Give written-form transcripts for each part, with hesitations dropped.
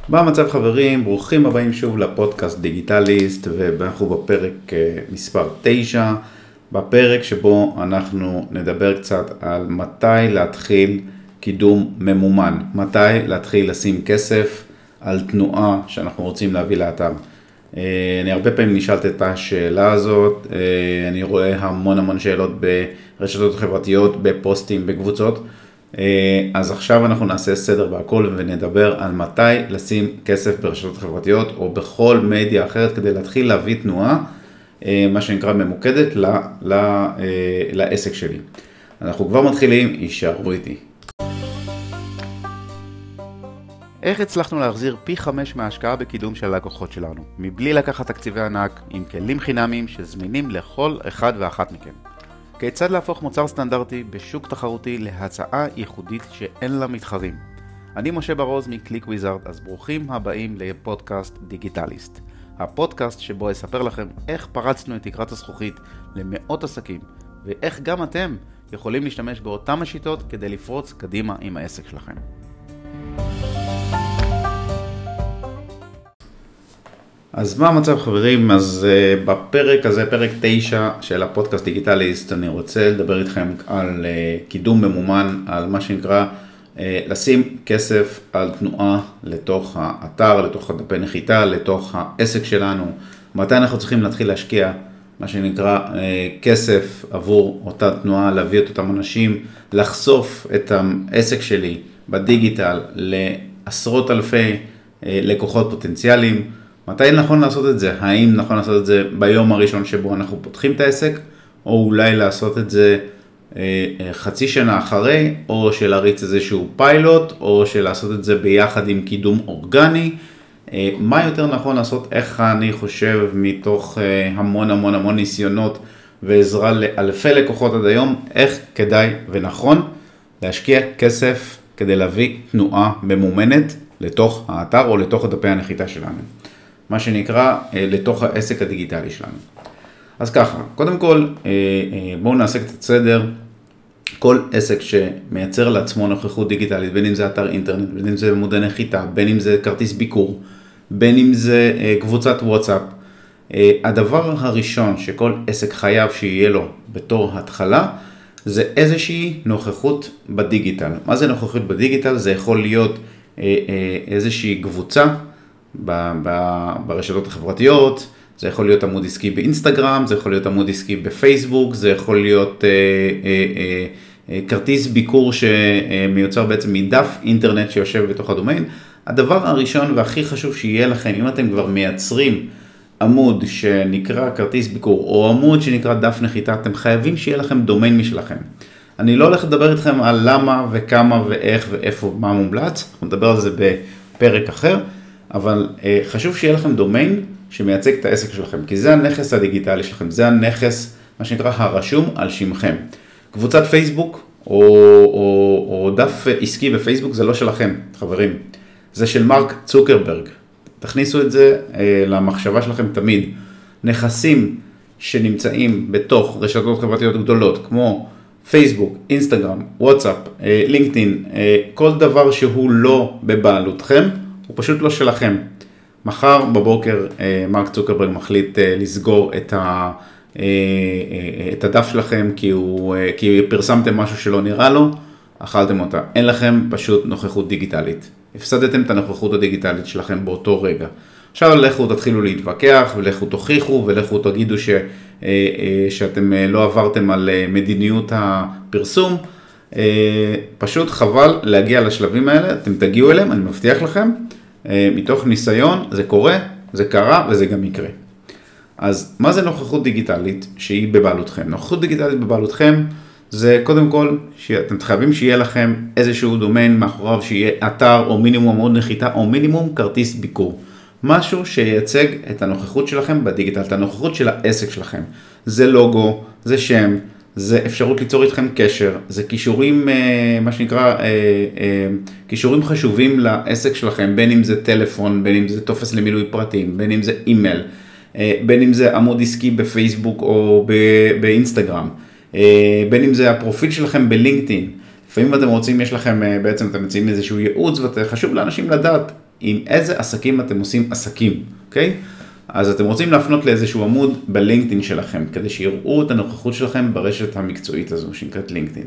במצב חברים, ברוכים הבאים שוב לפודקאסט דיגיטליסט, ואנחנו בפרק מספר 9, בפרק שבו אנחנו נדבר קצת על מתי להתחיל קידום ממומן, מתי להתחיל לשים כסף על תנועה שאנחנו רוצים להביא לאתר. אני הרבה פעמים נשאלת את השאלה הזאת, אני רואה המון שאלות ברשתות חברתיות, בפוסטים, בקבוצות, אז עכשיו אנחנו נעשה סדר בהכל ונדבר על מתי לשים כסף ברשתות חברתיות או בכל מדיה אחרת כדי להתחיל להביא תנועה, מה שנקרא ממוקדת לעסק שלי. אנחנו כבר מתחילים, יישארו איתי. איך הצלחנו להחזיר פי 5 מההשקעה בקידום של הלקוחות שלנו, מבלי לקחת תקציבי ענק, עם כלים חינמיים שזמינים לכל אחד ואחת מכם? כיצד להפוך מוצר סטנדרטי בשוק תחרותי להצעה ייחודית שאין לה מתחרים? אני משה ברוז מקליק וויזארד, אז ברוכים הבאים לפודקאסט דיגיטליסט. הפודקאסט שבו אספר לכם איך פרצנו את תקרת הזכוכית למאות עסקים, ואיך גם אתם יכולים להשתמש באותן השיטות כדי לפרוץ קדימה עם העסק שלכם. אז מה המצב חברים? אז בפרק הזה, פרק 9 של הפודקאסט דיגיטליסט, אני רוצה לדבר איתכם על קידום ממומן, על מה שנקרא לשים כסף על תנועה לתוך האתר, לתוך הדפי נחיתה, לתוך העסק שלנו. מתי אנחנו צריכים להתחיל להשקיע, מה שנקרא כסף עבור אותה תנועה, להביא את אותם אנשים, לחשוף את העסק שלי בדיגיטל לעשרות אלפי לקוחות פוטנציאליים. מתי נכון לעשות את זה? האם נכון לעשות את זה ביום הראשון שבו אנחנו פותחים את העסק, או אולי לעשות את זה חצי שנה אחרי, או שלהריץ איזשהו פיילוט, או שלעשות את זה ביחד עם קידום אורגני? מה יותר נכון לעשות? איך אני חושב מתוך המון ניסיונות ועזרה לאלפי לקוחות עד היום, איך כדאי ונכון להשקיע כסף כדי להביא תנועה ממומנת לתוך האתר או לתוך דפי הנחיתה שלנו, מה שנקרא לתוך העסק הדיגיטלי שלנו. אז ככה, קודם כל בואו נעשה קצת סדר. כל עסק שמייצר לעצמו נוכחות דיגיטלית, בין אם זה אתר אינטרנט, בין אם זה עמוד נחיתה, בין אם זה כרטיס ביקור, בין אם זה קבוצת וואטסאפ, הדבר הראשון שכל עסק חייב שיהיה לו בתור התחלה, זה איזושהי נוכחות בדיגיטל. מה זה נוכחות בדיגיטל? זה יכול להיות איזושהי קבוצה ברשתות החברתיות, זה יכול להיות עמוד עסקי באינסטגרם, זה יכול להיות עמוד עסקי בפייסבוק, זה יכול להיות כרטיס ביקור שמיוצר בעצם מדף אינטרנט שיושב בתוך הדומיין. הדבר הראשון והכי חשוב שיהיה לכם, אם אתם כבר מייצרים עמוד שנקרא כרטיס ביקור, או עמוד שנקרא דף נחיתה, אתם חייבים שיהיה לכם דומיין משלכם. אני לא הולך לדבר איתכם על למה וכמה ואיך ואיפה, מה מומלץ, אנחנו נדבר על זה בפרק אחר, אבל חשוב שיהיה לכם דומיין שמייצג את העסק שלכם, כי זה הנכס הדיגיטלי שלכם, זה הנכס, מה שנקרא, הרשום על שמכם. קבוצת פייסבוק או דף עסקי בפייסבוק זה לא שלכם, חברים. זה של מרק צוקרברג. תכניסו את זה למחשבה שלכם תמיד. נכסים שנמצאים בתוך רשתות חברתיות גדולות, כמו פייסבוק, אינסטגרם, וואטסאפ, לינקדאין, כל דבר שהוא לא בבעלותכם, הוא פשוט לא שלכם. מחר בבוקר מרק צוקרברג מחליט לסגור את הדף שלכם כי פרסמתם משהו שלא נראה לו, אכלתם אותה. אין לכם פשוט נוכחות דיגיטלית. הפסדתם את הנוכחות הדיגיטלית שלכם באותו רגע. עכשיו לכו תתחילו להתווכח ולכו תוכיחו ולכו תגידו שאתם לא עברתם על מדיניות הפרסום. פשוט חבל להגיע לשלבים האלה, אתם תגיעו אליהם, אני מבטיח לכם. מתוך ניסיון, זה קורה, זה קרה וזה גם יקרה. אז מה זה נוכחות דיגיטלית שהיא בבעלותכם? נוכחות דיגיטלית בבעלותכם זה קודם כל שאתם חייבים שיהיה לכם איזשהו דומיין מאחוריו, שיהיה אתר או מינימום עמוד נחיתה או מינימום כרטיס ביקור. משהו שייצג את הנוכחות שלכם בדיגיטל, את הנוכחות של העסק שלכם. זה לוגו, זה שם, זה אפשרות ליצור איתכם קשר, זה קישורים, מה שנקרא, קישורים חשובים לעסק שלכם, בין אם זה טלפון, בין אם זה טופס למילוי פרטים, בין אם זה אימייל, בין אם זה עמוד עסקי בפייסבוק או באינסטגרם, בין אם זה הפרופיל שלכם בלינקדאין. לפעמים אתם רוצים, יש לכם, בעצם אתם מציעים איזשהו ייעוץ, וחשוב לאנשים לדעת עם איזה עסקים אתם עושים עסקים, אוקיי? אז אתם רוצים להפנות לאיזשהו עמוד בלינקדאין שלכם, כדי שיראו את הנוכחות שלכם ברשת המקצועית הזו, שנקראת לינקדאין.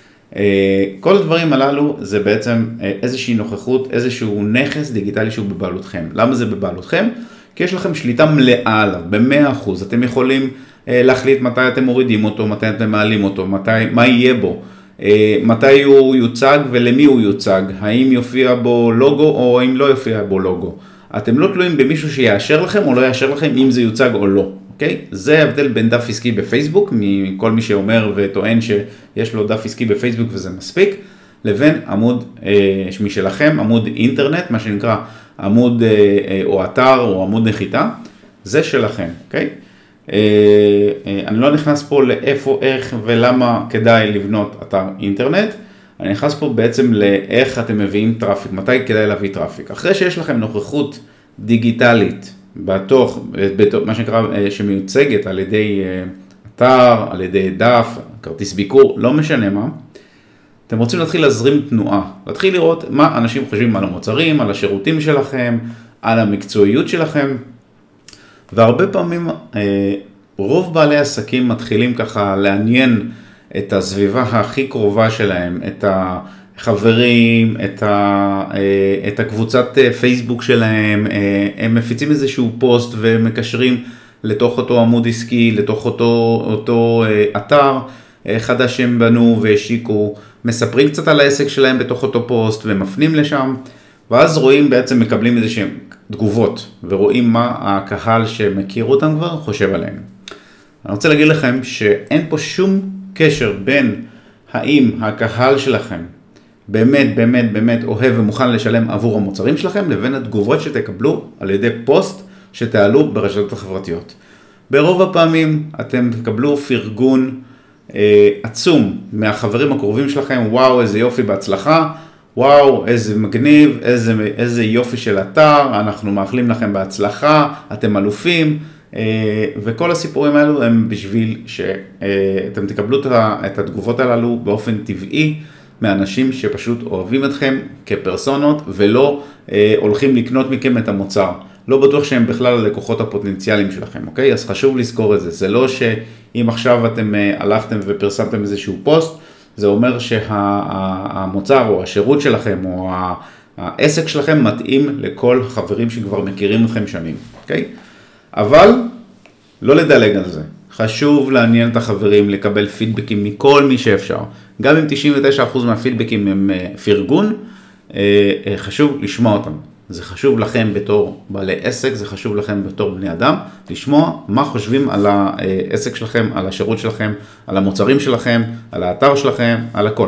כל הדברים הללו זה בעצם איזושהי נוכחות, איזשהו נכס דיגיטלי שהוא בבעלותכם. למה זה בבעלותכם? כי יש לכם שליטה מלאה עליו, ב100%. אתם יכולים להחליט מתי אתם מורידים אותו, מתי אתם מעלים אותו, מה יהיה בו, מתי הוא יוצג ולמי הוא יוצג, האם יופיע בו לוגו או האם לא יופיע בו לוגו. אתם לא תלויים במישהו שיאשר לכם או לא יאשר לכם אם זה יוצג או לא. אוקיי? זה ההבדל בין דף עסקי בפייסבוק, מכל מי שאומר וטוען שיש לו דף עסקי בפייסבוק וזה מספיק, לבין עמוד משלכם, עמוד אינטרנט, מה שנקרא עמוד או אתר או עמוד נחיתה, זה שלכם, אוקיי? אני לא נכנס פה לאיפה, איך ולמה כדאי לבנות אתר אינטרנט, אני נכנס פה בעצם לאיך אתם מביאים טראפיק, מתי כדאי להביא טראפיק. אחרי שיש לכם נוכחות דיגיטלית, בתוך, מה שנקרא, שמיוצגת על ידי אתר, על ידי דף, כרטיס ביקור, לא משנה מה, אתם רוצים להתחיל להזרים תנועה, להתחיל לראות מה אנשים חושבים על המוצרים, על השירותים שלכם, על המקצועיות שלכם, והרבה פעמים רוב בעלי עסקים מתחילים ככה לעניין את הסביבה הכי קרובה שלהם, את החברים, את הקבוצת פייסבוק שלהם, הם מפיצים איזשהו פוסט ומקשרים לתוך אותו עמוד עסקי, לתוך אותו אתר חדש שהם בנו והשיקו, מספרים קצת על העסק שלהם בתוך אותו פוסט ומפנים לשם, ואז רואים בעצם מקבלים איזושהי תגובות ורואים מה הקהל שמכיר אותם כבר חושב עליהם. אני רוצה להגיד לכם שאין פה שום קשר בין האם הקהל שלכם באמת אוהב ומוכן לשלם עבור המוצרים שלכם, לבין התגובות שתקבלו על ידי פוסט שתעלו ברשתות החברתיות. ברוב הפעמים אתם תקבלו פרגון עצום מהחברים הקרובים שלכם, וואו איזה יופי בהצלחה, וואו איזה מגניב, איזה יופי של אתר, אנחנו מאחלים לכם בהצלחה, אתם אלופים, וכל הסיפורים האלו הם בשביל שאתם תקבלו את התגובות הללו באופן טבעי מאנשים שפשוט אוהבים אתכם כפרסונות ולא הולכים לקנות מכם את המוצר. לא בטוח שהם בכלל הלקוחות הפוטנציאליים שלכם, אוקיי? אז חשוב לזכור את זה. זה לא שאם עכשיו אתם הלכתם ופרסמתם איזשהו פוסט, זה אומר שהמוצר או השירות שלכם או העסק שלכם מתאים לכל החברים שכבר מכירים אתכם שנים, אוקיי? אבל לא לדלג על זה. חשוב לעניין את החברים, לקבל פידבקים מכל מי שאפשר. גם אם 99% מהפידבקים הם פרגון, חשוב לשמוע אותם. זה חשוב לכם בתור בעלי עסק, זה חשוב לכם בתור בני אדם, לשמוע מה חושבים על העסק שלכם, על השירות שלכם, על המוצרים שלכם, על האתר שלכם, על הכל.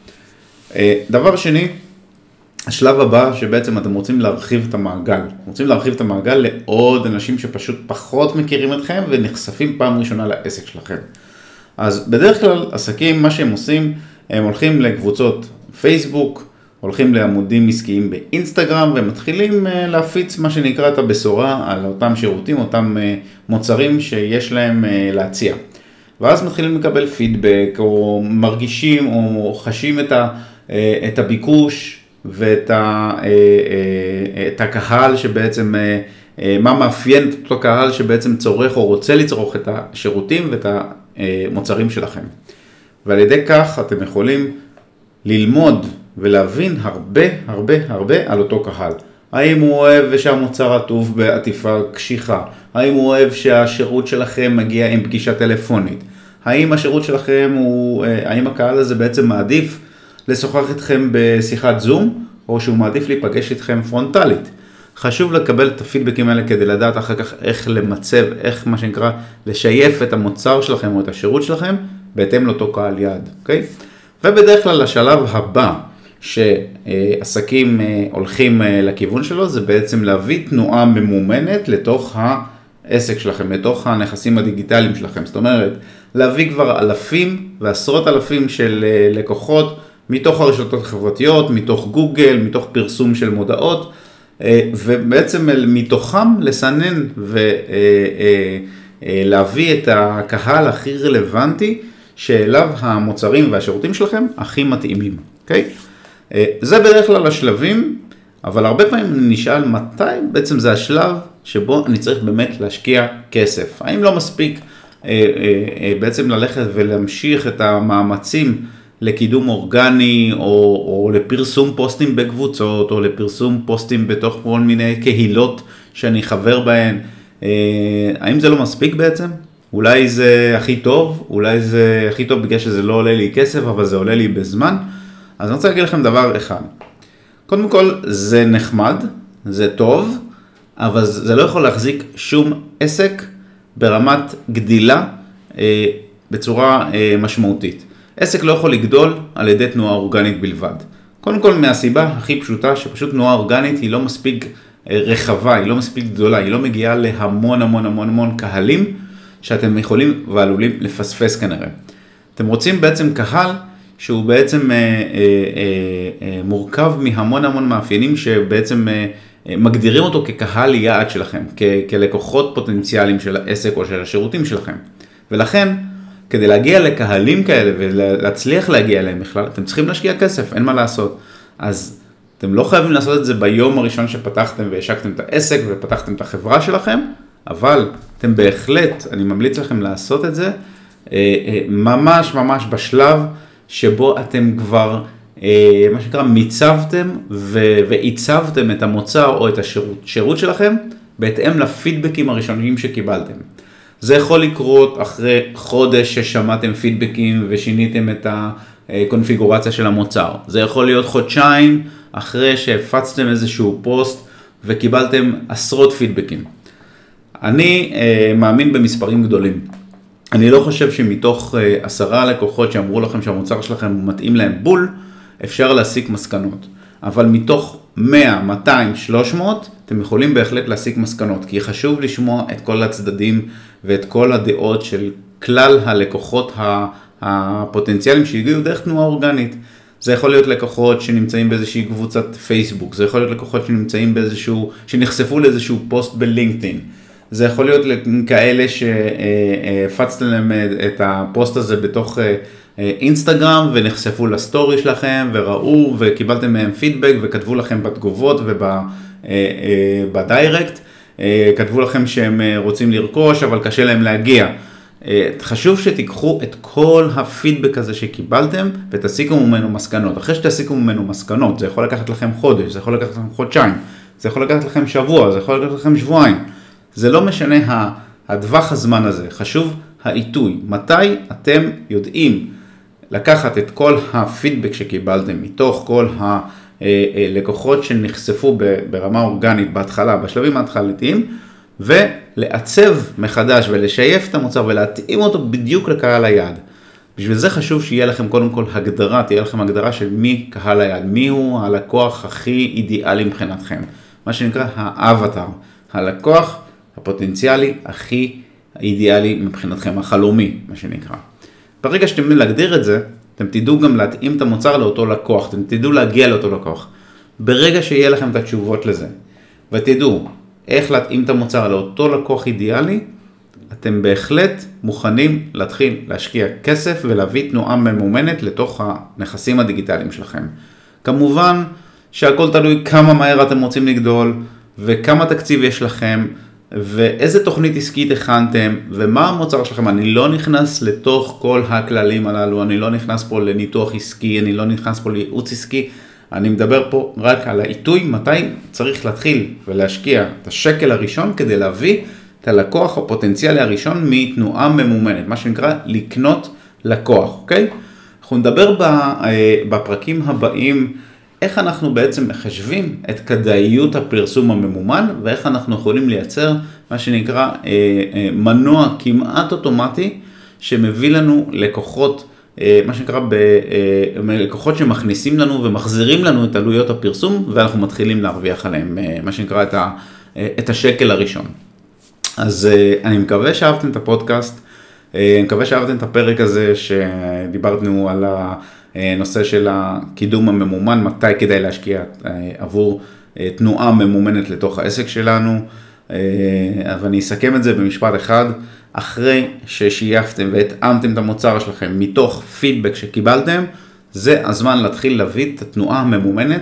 דבר שני, השלב הבא שבעצם אתם רוצים להרחיב את המעגל. רוצים להרחיב את המעגל לעוד אנשים שפשוט פחות מכירים אתכם ונחשפים פעם ראשונה לעסק שלכם. אז בדרך כלל עסקים, מה שהם עושים, הם הולכים לקבוצות פייסבוק, הולכים לעמודים עסקיים באינסטגרם ומתחילים להפיץ מה שנקרא את הבשורה על אותם שירותים, אותם מוצרים שיש להם להציע. ואז מתחילים לקבל פידבק או מרגישים או חשים את הביקוש ואת הקהל שבעצם, מה מאפיין את אותו קהל שבעצם צורך או רוצה לצרוך את השירותים ואת המוצרים שלכם. ועל ידי כך אתם יכולים ללמוד ולהבין הרבה על אותו קהל. האם הוא אוהב שהמוצר עטוף בעטיפה קשיחה? האם הוא אוהב שהשירות שלכם מגיע עם פגישה טלפונית? האם השירות שלכם האם הקהל הזה בעצם מעדיף לשוחח איתכם בשיחת זום, או שהוא מעדיף להיפגש איתכם פרונטלית? חשוב לקבל את הפידבקים האלה כדי לדעת אחר כך איך למצב, איך מה שנקרא לשייף את המוצר שלכם או את השירות שלכם בהתאם לאותו קהל יעד, אוקיי? ובדרך כלל השלב הבא שעסקים הולכים לכיוון שלו, זה בעצם להביא תנועה ממומנת לתוך העסק שלכם, לתוך הנכסים הדיגיטליים שלכם. זאת אומרת, להביא כבר אלפים ועשרות אלפים של לקוחות מתוך הרשתות החברתיות, מתוך גוגל, מתוך פרסום של מודעות, ובעצם מתוכם לסנן ולהביא את הקהל הכי רלוונטי שאליו המוצרים והשירותים שלכם הכי מתאימים, אוקיי? זה בדרך כלל השלבים. אבל הרבה פעמים אני נשאל מתי בעצם זה השלב שבו אני צריך באמת להשקיע כסף. האם לא מספיק בעצם ללכת ולהמשיך את המאמצים לקידום אורגני, או לפרסום פוסטים בקבוצות, או לפרסום פוסטים בתוך כל מיני קהילות שאני חבר בהן. האם זה לא מספיק בעצם? אולי זה הכי טוב, אולי זה הכי טוב בגלל שזה לא עולה לי כסף, אבל זה עולה לי בזמן. אז אני רוצה להגיד לכם דבר אחד. קודם כל, זה נחמד, זה טוב, אבל זה לא יכול להחזיק שום עסק ברמת גדילה בצורה משמעותית. עסק לא יכול לגדול על ידי תנועה אורגנית בלבד. קודם כל, מהסיבה הכי פשוטה, שפשוט תנועה אורגנית היא לא מספיק רחבה, היא לא מספיק גדולה, היא לא מגיעה להמון המון המון המון קהלים, שאתם יכולים ועלולים לפספס כנראה. אתם רוצים בעצם קהל שהוא בעצם מורכב מהמון המון מאפיינים שבעצם מגדירים אותו כקהל יעד שלכם, כלקוחות פוטנציאליים של העסק או של השירותים שלכם. ולכן, כדי להגיע לקהלים כאלה ולהצליח להגיע אליהם בכלל, אתם צריכים להשקיע כסף, אין מה לעשות. אז אתם לא חייבים לעשות את זה ביום הראשון שפתחתם והשקתם את העסק ופתחתם את החברה שלכם, אבל אתם בהחלט, אני ממליץ לכם לעשות את זה, ממש ממש בשלב שבו אתם כבר, מה שנקרא, מיצבתם ועיצבתם את המוצר או את השירות שלכם, בהתאם לפידבקים הראשונים שקיבלתם. זה יכול לקרות אחרי חודש ששמעתם פידבקים ושיניתם את הקונפיגורציה של המוצר. זה יכול להיות חודשיים אחרי שהפצתם איזשהו פוסט וקיבלתם עשרות פידבקים. אני מאמין במספרים גדולים. אני לא חושב שמתוך 10 לקוחות שאמרו לכם שהמוצר שלכם מתאים להם בול, אפשר להסיק מסקנות. אבל מתוך 100, 200, 300, אתם יכולים בהחלט להסיק מסקנות, כי חשוב לשמוע את כל הצדדים ואת כל הדעות של כלל הלקוחות הפוטנציאליים שהגיעו דרך תנועה אורגנית. זה יכול להיות לקוחות שנמצאים באיזושהי קבוצת פייסבוק, זה יכול להיות לקוחות שנמצאים שנחשפו לאיזשהו פוסט בלינקדאין. זה יכול להיות כאלה שהפצתם להם את הפוסט הזה בתוך אינסטגרם ונחשפו לסטורי שלכם וראו וקיבלתם מהם פידבק וכתבו לכם בתגובות ובדיירקט, כתבו לכם שהם רוצים לרכוש אבל קשה להם להגיע. חשוב שתיקחו את כל הפידבק הזה שקיבלתם ותסיקו ממנו מסקנות. אחרי שתסיקו ממנו מסקנות, זה יכול לקחת לכם חודש, זה יכול לקחת לכם חודשיים, זה יכול לקחת לכם שבוע, זה יכול לקחת לכם שבועיים. זה לא משנה הדווח הזמן הזה, חשוב העיתוי. מתי אתם יודעים לקחת את כל הפידבק שקיבלתם מתוך כל הלקוחות שנחשפו ברמה אורגנית בהתחלה, בשלבים ההתחלתיים, ולעצב מחדש ולשייף את המוצר ולהתאים אותו בדיוק לקהל היעד. בשביל זה חשוב שיהיה לכם קודם כל הגדרה, תהיה לכם הגדרה של מי קהל היעד, מי הוא הלקוח הכי אידיאלי מבחינתכם. מה שנקרא האבטר, הלקוח הפוטנציאלי הכי אידיאלי מבחינתכם, החלומי, מה שנקרא. ברגע שאתם להגדיר את זה, אתם תדעו גם להתאים את המוצר לאותו לקוח, אתם תדעו להגיע לאותו לקוח. ברגע שיהיה לכם את התשובות לזה, ותדעו איך להתאים את המוצר לאותו לקוח אידיאלי, אתם בהחלט מוכנים להתחיל להשקיע כסף ולהביא תנועה ממומנת לתוך הנכסים הדיגיטליים שלכם. כמובן שהכל תלוי כמה מהר אתם רוצים לגדול, וכמה תקציב יש לכם, ואיזה תוכנית עסקית הכנתם, ומה המוצר שלכם. אני לא נכנס לתוך כל הכללים הללו, אני לא נכנס פה לניתוח עסקי, אני לא נכנס פה לייעוץ עסקי, אני מדבר פה רק על העיתוי, מתי צריך להתחיל ולהשקיע את השקל הראשון, כדי להביא את הלקוח הפוטנציאלי הראשון מתנועה ממומנת, מה שנקרא לקנות לקוח, אוקיי? אנחנו נדבר בפרקים הבאים, איך אנחנו בעצם מחשבים את כדאיות הפרסום הממומן, ואיך אנחנו יכולים לייצר מה שנקרא מנוע כמעט אוטומטי, שמביא לנו לקוחות, מה שנקרא לקוחות שמכניסים לנו ומחזירים לנו את עלויות הפרסום, ואנחנו מתחילים להרוויח עליהם, מה שנקרא את השקל הראשון. אז אני מקווה שאהבתם את הפודקאסט, אני מקווה שאהבתם את הפרק הזה שדיברנו על הנושא של הקידום הממומן, מתי כדאי להשקיע עבור תנועה ממומנת לתוך העסק שלנו. אבל אני אסכם את זה במשפט אחד, אחרי ששייפתם והתאמתם את המוצר שלכם מתוך פידבק שקיבלתם, זה הזמן להתחיל להביא את התנועה הממומנת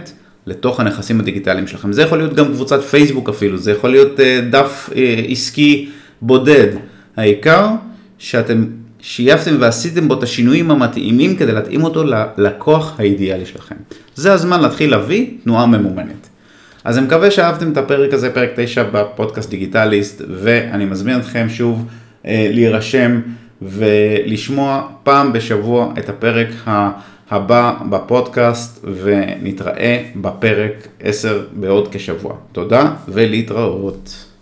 לתוך הנכסים הדיגיטליים שלכם. זה יכול להיות גם קבוצת פייסבוק אפילו, זה יכול להיות דף עסקי בודד. העיקר שאתם שייפתם ועשיתם בו את השינויים המתאימים כדי להתאים אותו ללקוח האידיאלי שלכם. זה הזמן להתחיל להביא תנועה ממומנת. אז אני מקווה שאהבתם את הפרק הזה, פרק 9 בפודקאסט דיגיטליסט, ואני מזמין אתכם שוב להירשם ולשמוע פעם בשבוע את הפרק הבא בפודקאסט, ונתראה בפרק 10 בעוד כשבוע. תודה ולהתראות.